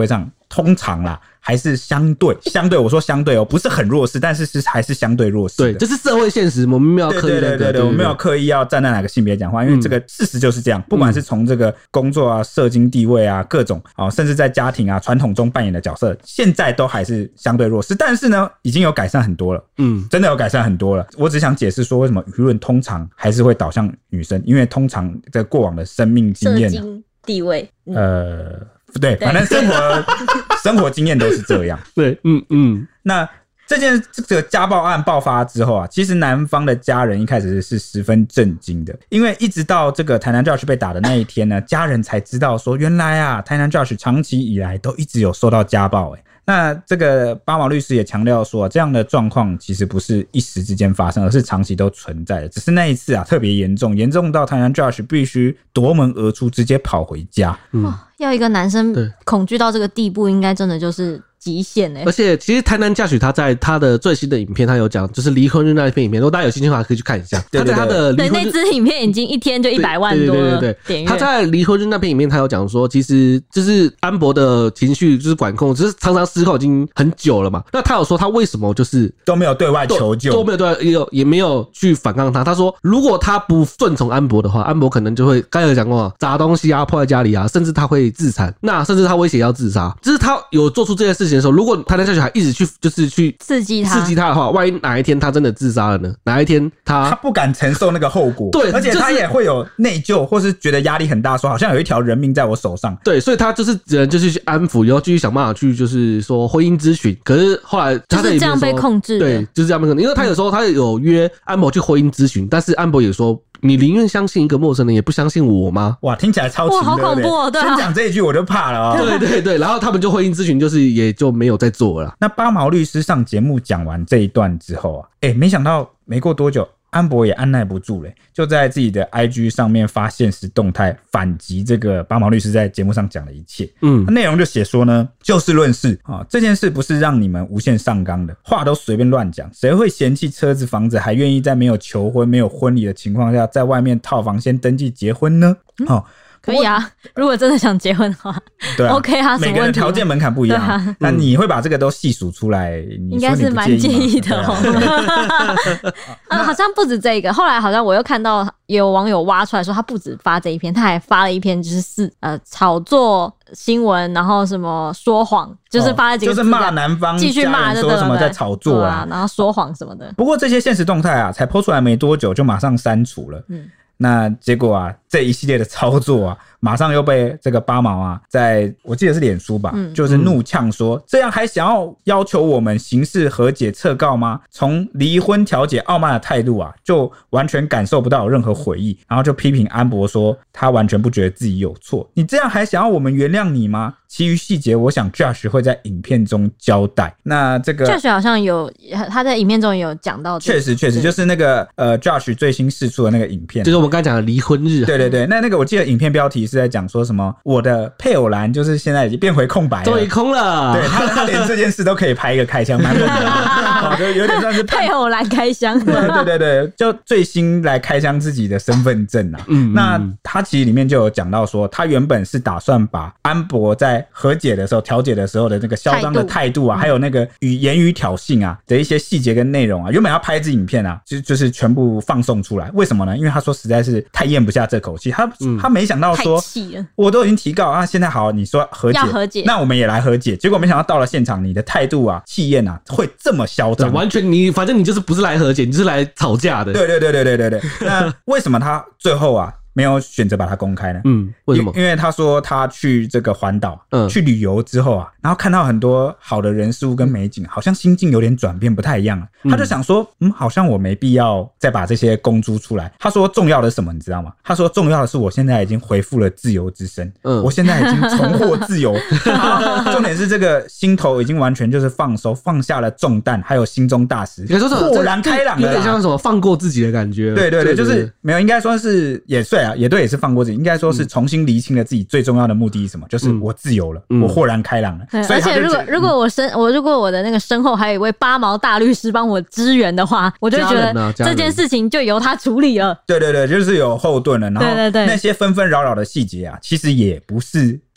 通常啦还是相对，我说相对哦，不是很弱势，但是还是相对弱势的。 对，这是社会现实，我们没有刻意对，我们没有刻意要站在哪个性别讲话，因为这个事实就是这样。不管是从这个工作啊、社经地位啊、各种甚至在家庭啊、传统中扮演的角色，现在都还是相对弱势。但是呢，已经有改善很多了，真的有改善很多了。我只想解释说，为什么舆论通常还是会导向女生，因为通常在过往的生命经验、 社经地位， 对，反正生活经验都是这样。 对， 那这个家暴案爆发之后啊，其实男方的家人一开始是十分震惊的，因为一直到这个台南 Josh 被打的那一天呢，家人才知道说，原来啊，台南 Josh 长期以来都一直有受到家暴。那这个八毛律师也强调说，这样的状况其实不是一时之间发生，而是长期都存在的，只是那一次啊特别严重到台南 Josh 必须夺门而出，直接跑回家。 要一个男生恐惧到这个地步，应该真的就是极限而且其实台南Josh他在他的最新的影片，他有讲就是离婚日那一篇影片，如果大家有兴趣的话可以去看一下。他在他的离婚日那支影片已经一天就100万多了点阅。 他在离婚日那篇影片，他有讲说，其实就是安博的情绪就是管控，就是常常失控已经很久了嘛。那他有说他为什么就是都没有对外求救， 都没有对外也没有去反抗他。他说如果他不顺从安博的话，安博可能就会刚才有讲过砸东西啊，破坏家里啊，甚至他会自残，那甚至他威胁要自杀。就是他有做出这件事情的时候，如果台南Josh还一直去刺激他的话，万一哪一天他真的自杀了呢？哪一天他不敢承受那个后果，对，而且他也会有内疚，或是觉得压力很大，说好像有一条人命在我手上。 对，所以他就是只能就是去安抚，然后继续想办法去就是说婚姻咨询。可是后来他就是这样被控制的， 对，就是这样被控制。因为他有时候他有约安博去婚姻咨询，但是安博也说，你宁愿相信一个陌生人，也不相信我吗？ 哇，听起来超情好恐怖哦！对啊， 先讲这一句我就怕了哦。 对，然后他们就婚姻咨询，就是也就没有再做了。 那八毛律师上节目讲完这一段之后啊，没想到没过多久，安博也按耐不住了，就在自己的 IG 上面发限时动态反击这个八毛律师在节目上讲的一切。内容就写说呢，就事论事啊，这件事不是让你们无限上纲的，话都随便乱讲，谁会嫌弃车子房子，还愿意在没有求婚没有婚礼的情况下，在外面套房先登记结婚呢？ 可以啊，如果真的想结婚的话，对啊 OK 啊， 每个人条件门槛不一样，那你会把这个都细数出来， 应该是蛮介意的哦。好像不止这个，后来好像我又看到有网友挖出来说，他不止发这一篇，他还发了一篇就是炒作新闻，然后什么说谎，就是发了几个字， 就是骂男方， 继续骂说什么在炒作啊， 然后说谎什么的。 不过这些现实动态啊，才 po 出来没多久就马上删除了。那结果啊，这一系列的操作啊，马上又被这个八毛啊，在我记得是脸书吧，就是怒呛说，这样还想要求我们刑事和解撤告吗？从离婚调解傲慢的态度啊，就完全感受不到有任何悔意，然后就批评安博说他完全不觉得自己有错，你这样还想要我们原谅你吗？其余细节我想 Josh 会在影片中交代。那这个 Josh 好像有他在影片中有讲到， 确实就是那个Josh 最新释出的那个影片， 就是我们刚才讲的离婚日。 对，那个我记得影片标题是在讲说什么我的配偶栏就是现在已经变回空白了， 终于空了。 对，他连这件事都可以拍一个开箱，蛮猛的，就有点像是配偶栏开箱。 对，就最新来开箱自己的身份证啊。那他其实里面就有讲到说，他原本是打算把安博在和解的时候、调解的时候的那个嚣张的态度啊，还有那个言语挑衅啊的一些细节跟内容啊，原本要拍一支影片啊，就是全部放送出来。为什么呢？因为他说实在是太咽不下这口气，他没想到说，我都已经提告啊，现在好，你说和解，那我们也来和解。结果没想到到了现场，你的态度啊、气焰啊，会这么嚣张， 完全反正你就是不是来和解，你就是来吵架的。 对。那为什么他最后啊没有选择把它公开呢？ 为什么？ 因为他说他去这个环岛，去旅游之后啊，然后看到很多好的人事物跟美景，好像心境有点转变，不太一样了。他就想说，好像我没必要再把这些公诸出来。他说重要的是什么，你知道吗？他说重要的是我现在已经恢复了自由之身，我现在已经重获自由。重点是这个心头已经完全就是放手，放下了重担，还有心中大石，豁然开朗的， 有点像什么放过自己的感觉。 对，就是没有，应该说是也是放过自己，应该说是重新厘清了自己最重要的目的是什么，就是我自由了，我豁然开朗了。 而且如果我的那个身后还有一位八毛大律师帮我支援的话，我就觉得这件事情就由他处理了。 对，就是有后盾了。然后那些纷纷扰扰的细节啊，其实也不是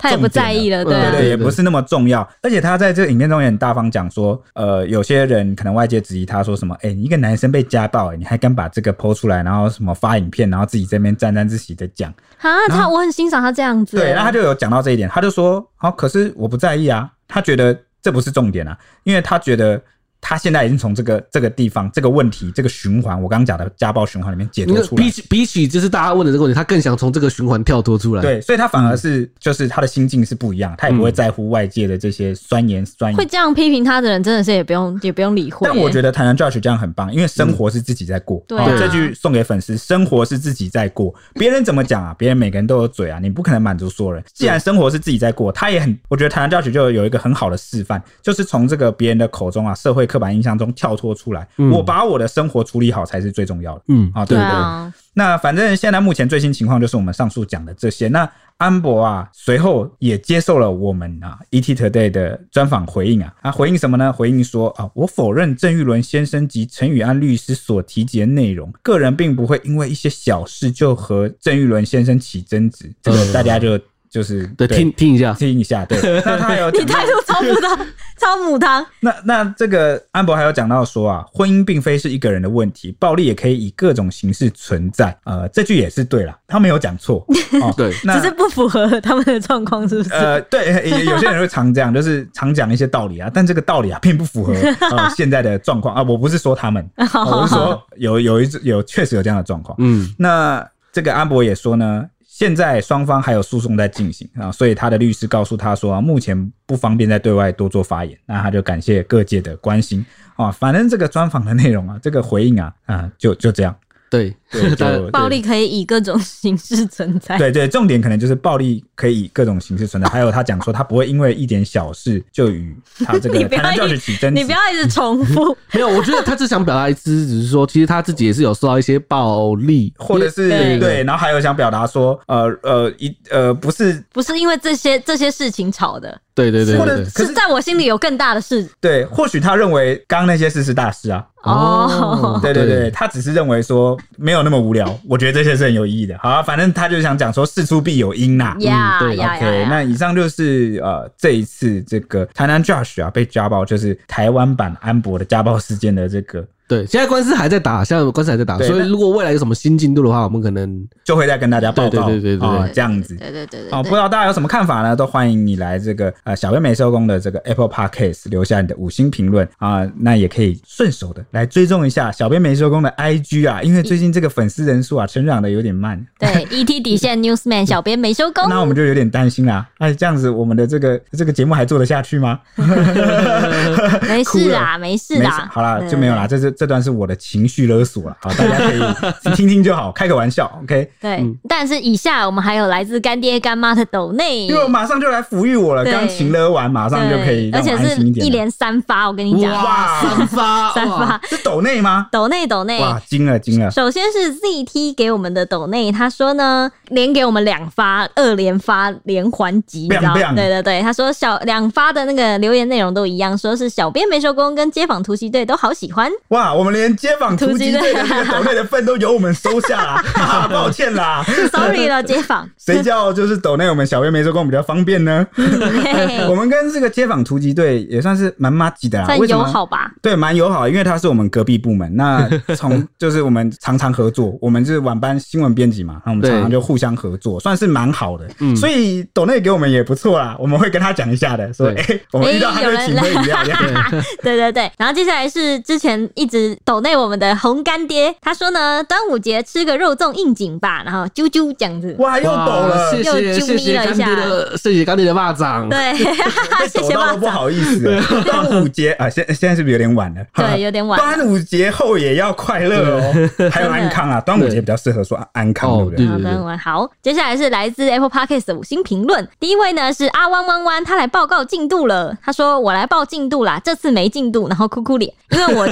他也不在意了，对啊， 对，也不是那么重要。而且他在这个影片中也很大方讲说，有些人可能外界质疑他说什么，你一个男生被家暴，你还敢把这个 po 出来，然后什么发影片，然后自己这边沾沾自喜的讲啊，我很欣赏他这样子。 对，然后他就有讲到这一点，他就说，好，可是我不在意啊，他觉得这不是重点啊，因为他觉得。他现在已经从这个地方、这个问题、这个循环，我刚刚讲的家暴循环里面解脱出来。 比起就是大家问的这个问题，他更想从这个循环跳脱出来。 对，所以他反而是就是他的心境是不一样，他也不会在乎外界的这些酸言酸语。 会这样批评他的人，真的是也不用理会。 但我觉得台南 Josh 这样很棒，因为生活是自己在过。 对啊， 这句送给粉丝：生活是自己在过，别人怎么讲啊？别人每个人都有嘴啊，你不可能满足所有人。既然生活是自己在过，他也很，我觉得台南 Josh 就有一个很好的示范，就是从这个别人的口中啊，社会刻板印象中跳脱出来，我把我的生活处理好才是最重要的。对不对？那反正现在目前最新情况就是我们上述讲的这些。那安博啊，随后也接受了我们ET Today 的专访回应啊，回应什么呢？回应说我否认郑玉伦先生及陈宇安律师所提及的内容，个人并不会因为一些小事就和郑玉伦先生起争执。这个大家就是对听一下， 对。那他有你态度超母汤。 那这个安博还有讲到说婚姻并非是一个人的问题，暴力也可以以各种形式存在。这句也是对啦，他没有讲错。 对， 只是不符合他们的状况，是不是？ 对，有些人会常这样，就是常讲一些道理啊，但这个道理并不符合现在的状况啊。我不是说他们，我是说有确实有这样的状况。那这个安博也说呢。现在双方还有诉讼在进行所以他的律师告诉他说目前不方便在对外多做发言。那他就感谢各界的关心反正这个专访的内容这个回应就这样。 对， 暴力可以以各种形式存在。 对，重点可能就是暴力可以以各种形式存在。还有他讲说他不会因为一点小事就与他这个台南教学起争执。 你不要一直重复。 没有，我觉得他只想表达一次，只是说其实他自己也是有受到一些暴力， 或者是对，然后还有想表达说不是因为这些事情吵的。 对， 或者是在我心里有更大的事。 对，或许他认为刚刚那些事是大事啊。对，他只是认为说没有那么无聊，我觉得这些是很有意义的。好反正他就想讲说事出必有因啦。 对 OK， 那以上就是这一次这个台南 Josh 被家暴，就是台湾版安博的家暴事件的这个。 对，现在官司还在打，所以如果未来有什么新进度的话，我们可能就会再跟大家报告。 对， 这样子。 对。 不知道大家有什么看法呢？都欢迎你来这个小编没收工的这个 Apple Podcast 留下你的5星评论那也可以顺手的来追踪一下小编没收工的 IG 因为最近这个粉丝人数成长的有点慢。 对，ET 底线 Newsman 小编没收工。 那我们就有点担心啦。这样子我们的这个节目还做得下去吗？ 没事啦，没事啦。 好啦，就没有啦。这段是我的情绪勒索啦，好，大家可以听听就好，开个玩笑 ，OK。 对，但是以下我们还有来自干爹干妈的抖内， 因为我马上就来抚育我了，刚情勒完，马上就可以让我安心一点， 而且是一连3发，我跟你讲， 哇，3发， 是抖内吗？ 抖内， 哇，惊了。 首先是 ZT 给我们的抖内，他说呢，连给我们2发，2连发连环击，你知道吗？对，他说2发的那个留言内容都一样，说是小编没收工跟街访突击队都好喜欢。 哇，我们连街访突击队的这个抖内的份都由我们收下啦，抱歉啦 ，sorry 了，街访。 谁叫就是抖内我们小编没收工比较方便呢？我们跟这个街访突击队也算是蛮麻吉的啦， 算友好吧？ 对，蛮友好，因为他是我们隔壁部门。那就是我们常常合作，我们是晚班新闻编辑嘛，那我们常常就互相合作，算是蛮好的。所以抖内给我们也不错啦，我们会跟他讲一下的，说我们遇到他就请喝饮料。 对。然后接下来是之前一直抖内我们的红干爹，他说呢，端午节吃个肉粽应景吧，然后啾啾这样子。 哇，又抖了， 又啾咪了一下， 谢谢干爹的蚂蚱。 对， 谢谢蚂蚱，不好意思。端午节现在是不是有点晚了？ 对，有点晚。 端午节后也要快乐哦，还有安康啊。端午节比较适合说安康，对不对？ 好，接下来是来自 Apple Podcast 的5星评论。第一位呢是阿弯弯弯，他来报告进度了。他说我来报进度啦，这次没进度，然后哭哭脸，因为我确诊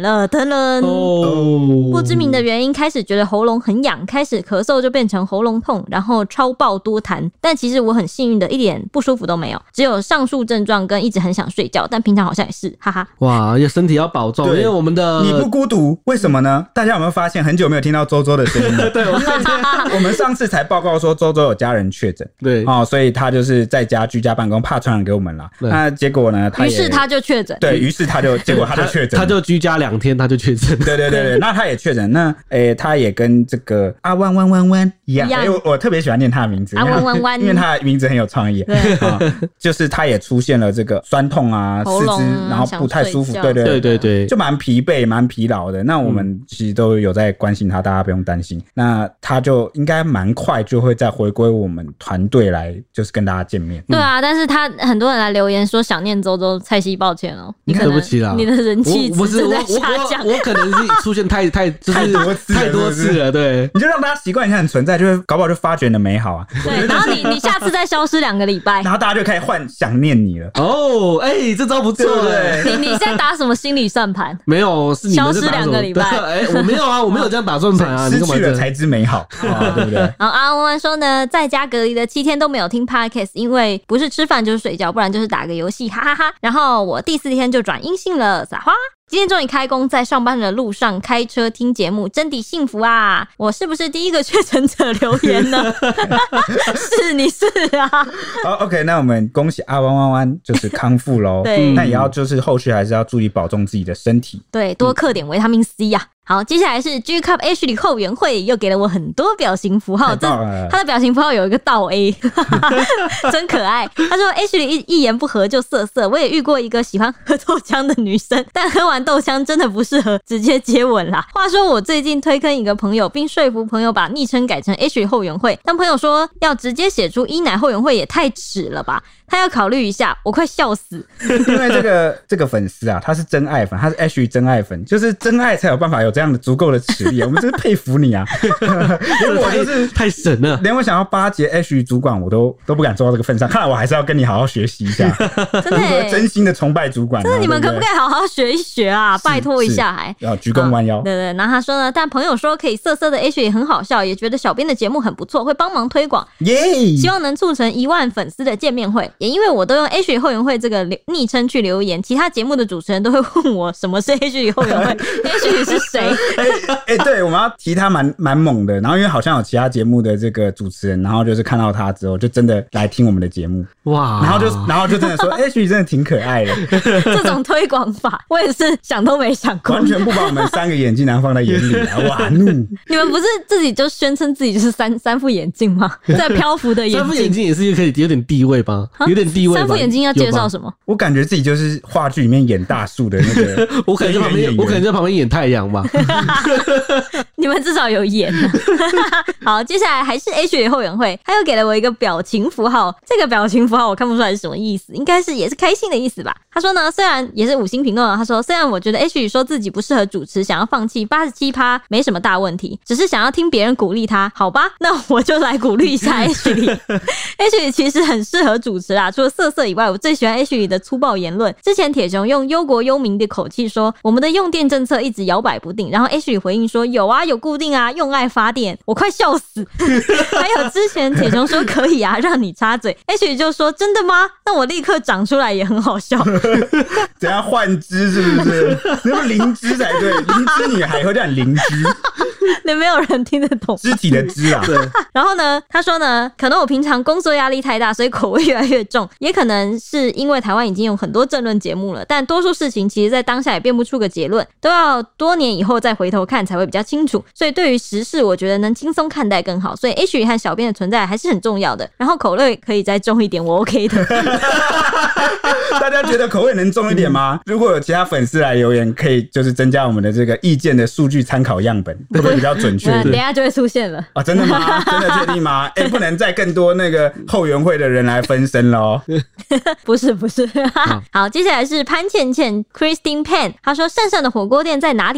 了，噔噔。不知名的原因开始觉得喉咙很痒，开始咳嗽就变成喉咙痛，然后超爆多痰。但其实我很幸运的一点不舒服都没有，只有上述症状跟一直很想睡觉，但平常好像也是，哈哈。 哇，身体要保重，因为我们的你不孤独，为什么呢？大家有没有发现很久没有听到周周的声音了？ 对， 我们上次才报告说周周有家人确诊， 对所以他就是在家居家办公，怕传染给我们啦。那结果呢？ 于是他就确诊， 对，于是结果他就确诊， 他就居家2天，他就确诊。 对，那他也确诊，那他也跟这个阿弯弯弯弯一样。我特别喜欢念他的名字， 阿弯弯弯， 因为他的名字很有创意。就是他也出现了这个酸痛啊，四肢然后不太舒服，对，就蛮疲惫、蛮疲劳的。那我们其实都有在关心他，大家不用担心。那他就应该蛮快就会再回归我们团队来，就是跟大家见面。 对啊，但是他很多人来留言说想念周周，蔡西抱歉哦， 对不起啦， 你的人气值正在下降。 我可能是出现太多次了，对， 你就让大家习惯一下你存在，就会搞不好就发掘你的美好啊。 对，然后你下次再消失2个礼拜， 然后大家就开始想念你了。 这招不错对。你现在打什么心理算盘？ 没有，是你们消失2个礼拜。 我没有啊，我没有这样打算盘啊， 失去了才知美好，对不对？ 然后阿弯弯说呢，在家隔离的7天都没有听 podcast， 因为不是吃饭就是睡觉，不然就是打个游戏，哈哈哈。然后我第4天就转阴性了，撒花。今天终于开工，在上班的路上开车听节目，真的幸福啊！我是不是第一个确诊者留言呢？是，你是啊。 好 ，OK， 那我们恭喜阿弯弯弯就是康复咯。 对， 那也要就是后续还是要注意保重自己的身体。 对，多嗑点维他命 C 啊。好，接下来是 G Cup Ashley 后援会又给了我很多表情符号，他的表情符号有一个倒 A， 真可爱。他说 Ashley 一言不合就色色，我也遇过一个喜欢喝豆浆的女生，但喝完豆浆真的不适合直接接吻啦。话说我最近推坑一个朋友，并说服朋友把昵称改成 Ashley 后援会，但朋友说要直接写出伊奶后援会也太耻了吧，他要考虑一下，我快笑死。 因为这个粉丝啊，他是真爱粉，他是 Ashley 真爱粉，就是真爱才有办法有这样的足够的实力，我们真是佩服你啊！连我就是太神了， 连我想要巴结 Ashley 主管，我都不敢做到这个份上。看来我还是要跟你好好学习一下， 真的真心的崇拜主管。 真的，你们可不可以好好学一学啊？拜托一下， 要鞠躬弯腰。 对，然后他说呢，但朋友说可以色色的 Ashley 也很好笑，也觉得小编的节目很不错，会帮忙推广，希望能促成1万粉丝的见面会。也因为我都用 Ashley 后援会这个昵称去留言，其他节目的主持人都会问我什么是 Ashley 后援会，Ashley 是谁？ 对，我们要提他蛮猛的。然后因为好像有其他节目的这个主持人，然后就是看到他之后，就真的来听我们的节目，哇！然后就真的说，Ashley 真的挺可爱的。 这种推广法，我也是想都没想过， 完全不把我们3个眼镜男放在眼里啊！哇怒！ 你们不是自己就宣称自己就是三副眼镜吗？在漂浮的眼镜，3 副眼镜也是可以有点地位吧？有点地位吧。 3副眼镜要介绍什么？ 我感觉自己就是话剧里面演大树的那个， 我可能在旁边演太阳吧。 你们至少有演。好，接下来还是 Ashley 后援会，他又给了我一个表情符号，这个表情符号我看不出来是什么意思，应该是也是开心的意思吧。他说呢，虽然也是5星评论，他说虽然我觉得 Ashley 说自己不适合主持，想要放弃87%没什么大问题，只是想要听别人鼓励他，好吧，那我就来鼓励一下 Ashley。Ashley 其实很适合主持啦，除了色色以外，我最喜欢 Ashley 的粗暴言论。之前铁雄用忧国忧民的口气说我们的用电政策一直摇摆不定，然后 Ashley 回应说有啊，有固定啊，用爱发电，我快笑死。还有之前铁雄说可以啊，让你插嘴， Ashley 就说真的吗？那我立刻长出来也很好笑。 等下换枝是不是？那么灵芝才对，灵芝女孩会叫你灵芝。 那没有人听得懂肢体的肢啊。对。 然后呢，他说呢，可能我平常工作压力太大，所以口味越来越重，也可能是因为台湾已经有很多政论节目了，但多数事情其实在当下也辩不出个结论，都要多年以后再回头看才会比较清楚。所以对于时事，我觉得能轻松看待更好。所以 Ashley 和小编的存在还是很重要的。然后口味可以再重一点，我 OK 的。 大家觉得口味能重一点吗？如果有其他粉丝来留言，可以就是增加我们的这个意见的数据参考样本，会不会比较准确一点？ 等一下就会出现了啊！真的吗？真的确定吗？不能再更多那个后援会的人来分身咯。 不是好，接下来是潘倩倩 Christine Pan， 她说善善的火锅店在哪里啦？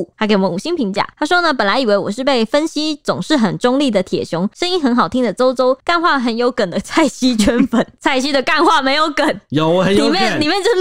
物，他给我们5星评价。他说呢，本来以为我是被分析总是很中立的铁熊，声音很好听的周周，干话很有梗的蔡西圈粉。蔡西的干话没有梗， 有很有梗， 里面就是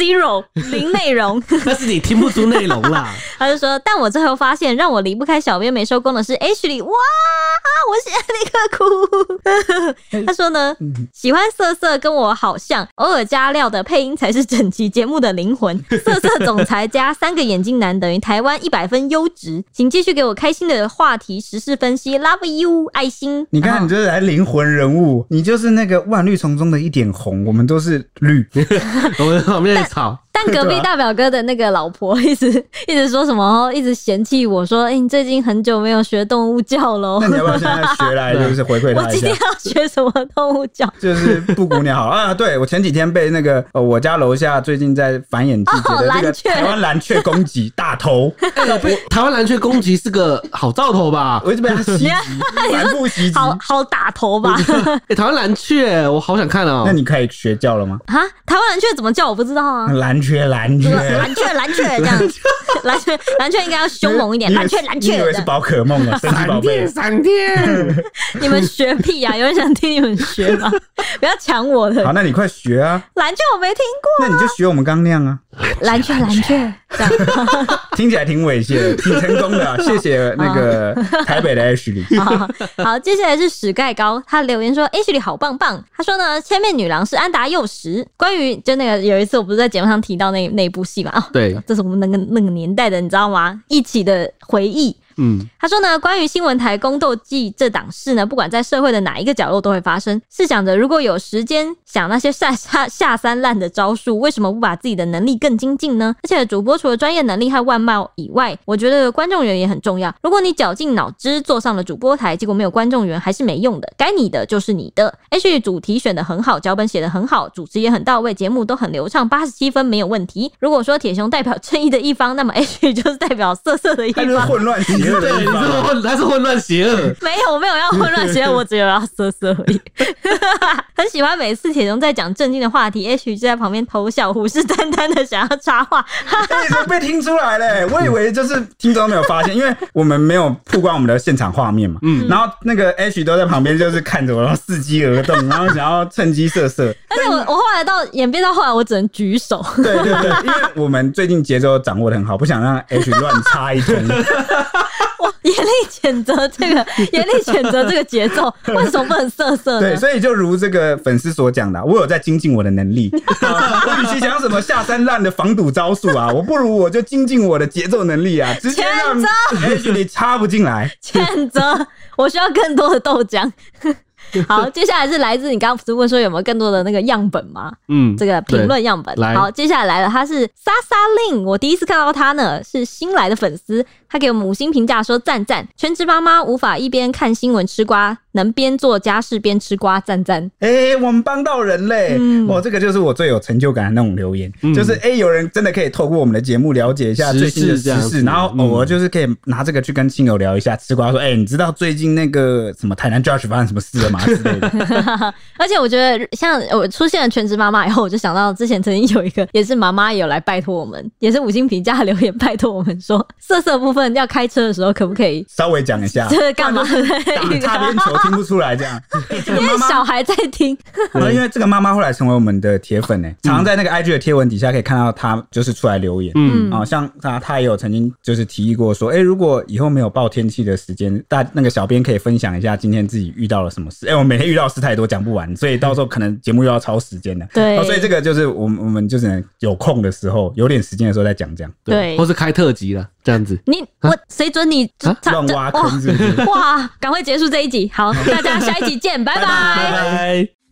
0零内容， 但是你听不出内容啦。 他就说，但我最后发现让我离不开小编没收工的是 Ashley， 哇，我现在立刻哭。他说呢，喜欢色色跟我好像，偶尔加料的配音才是整期节目的灵魂。色色总裁加3个眼睛男等于台湾100分优质，请继续给我开心的话题时事分析 ，Love you 爱心。 你看，你就是来灵魂人物，你就是那个万绿丛中的一点红，我们都是绿， 我们旁边在吵。 但隔壁大表哥的那个老婆一直说什么，一直嫌弃我说，你最近很久没有学动物叫了。 那你要不要现在学来，就是回馈他一下？ 我今天要学什么动物叫？ 就是布谷鸟好啊！对，我前几天被那个我家楼下最近在繁衍季节的那个台湾蓝雀攻击大头。 台湾蓝雀攻击是个好兆头吧？ 我一直被他袭击，反复袭击， 好打头吧？ 台湾蓝雀，我好想看哦。 那你可以学叫了吗？ 啊，台湾蓝雀怎么叫？我不知道啊。 蓝雀这样， 蓝雀应该要凶猛一点。蓝雀， 你以为是宝可梦啊？神奇宝贝， 闪电， 你们学屁啊！有人想听你们学吗？不要抢我的。 好，那你快学啊！ 蓝雀我没听过， 那你就学我们刚那样啊。 蓝雀，这样听起来挺猥亵的，挺成功的啊。谢谢那个台北的 Ashley。 好，接下来是史盖高，他留言说 Ashley 好棒棒。他说呢，千面女郎是安达佑实。关于就那个有一次我不是在节目上提到那部戏嘛？哦， 对， 这是我们那个年代的，你知道吗？一起的回忆。他说呢，关于新闻台宫斗记这档事呢，不管在社会的哪一个角落都会发生。试想着，如果有时间想那些下三滥的招数，为什么不把自己的能力更精进呢？而且主播除了专业能力和外貌以外，我觉得观众缘也很重要。如果你绞尽脑汁坐上了主播台，结果没有观众缘，还是没用的。该你的就是你的。H 主题选得很好，脚本写得很好，主持也很到位，节目都很流畅，87分没有问题。如果说铁熊代表正义的一方，那么 H 就是代表色色的一方， 混乱邪恶的一方。 他是混乱邪恶， 我没有要混乱邪恶，我只有要色色而已。很喜欢每次铁熊在讲正经的话题 ，H 就在旁边偷笑，虎视眈眈的想要插话。 被听出来了，我以为就是听众没有发现，因为我们没有曝光我们的现场画面嘛。然后那个 H 都在旁边就是看着我，然后伺机而动，然后想要趁机色色。 而且我后来演变到后来，我只能举手。 对，因为我们最近节奏掌握得很好，不想让 H 乱插一通。 我严厉谴责这个节奏，为什么不能色色呢？ 对，所以就如这个粉丝所讲的，我有在精进我的能力。我与其想什么下三滥的防堵招数啊，我不如我就精进我的节奏能力啊，直接让 H 你插不进来。 谴责，我需要更多的豆浆。好，接下来是来自你刚刚不是问说有没有更多的那个样本吗？这个评论样本。好，接下来了，他是莎莎令，我第一次看到他呢，是新来的粉丝，他给我们5星评价说赞，全职妈妈无法一边看新闻吃瓜，能边做家事边吃瓜，赞。 我们帮到人嘞！这个就是我最有成就感的那种留言，就是有人真的可以透过我们的节目了解一下最新的时事，然后偶尔就是可以拿这个去跟亲友聊一下，吃瓜说，你知道最近那个什么台南 Josh 发生什么事了吗？之类的。 而且我觉得，像我出现了全职妈妈以后，我就想到之前曾经有一个也是妈妈也有来拜托我们，也是5星评价留言拜托我们说，色色部分要开车的时候可不可以稍微讲一下？ 这是干嘛？ 打擦边球听不出来这样。 因为小孩在听。 因为这个妈妈后来成为我们的铁粉常常在那个 IG 的贴文底下可以看到她就是出来留言。像她也有曾经就是提议过说，如果以后没有报天气的时间，那个小编可以分享一下今天自己遇到了什么事。我每天遇到事太多讲不完，所以到时候可能节目又要超时间了。 对， 所以这个就是我们就是有空的时候，有点时间的时候再讲这样。 对， 或是开特辑了这样子。 谁准你乱挖坑是不是？ 哇，赶快结束这一集。好，大家下一集见，拜拜。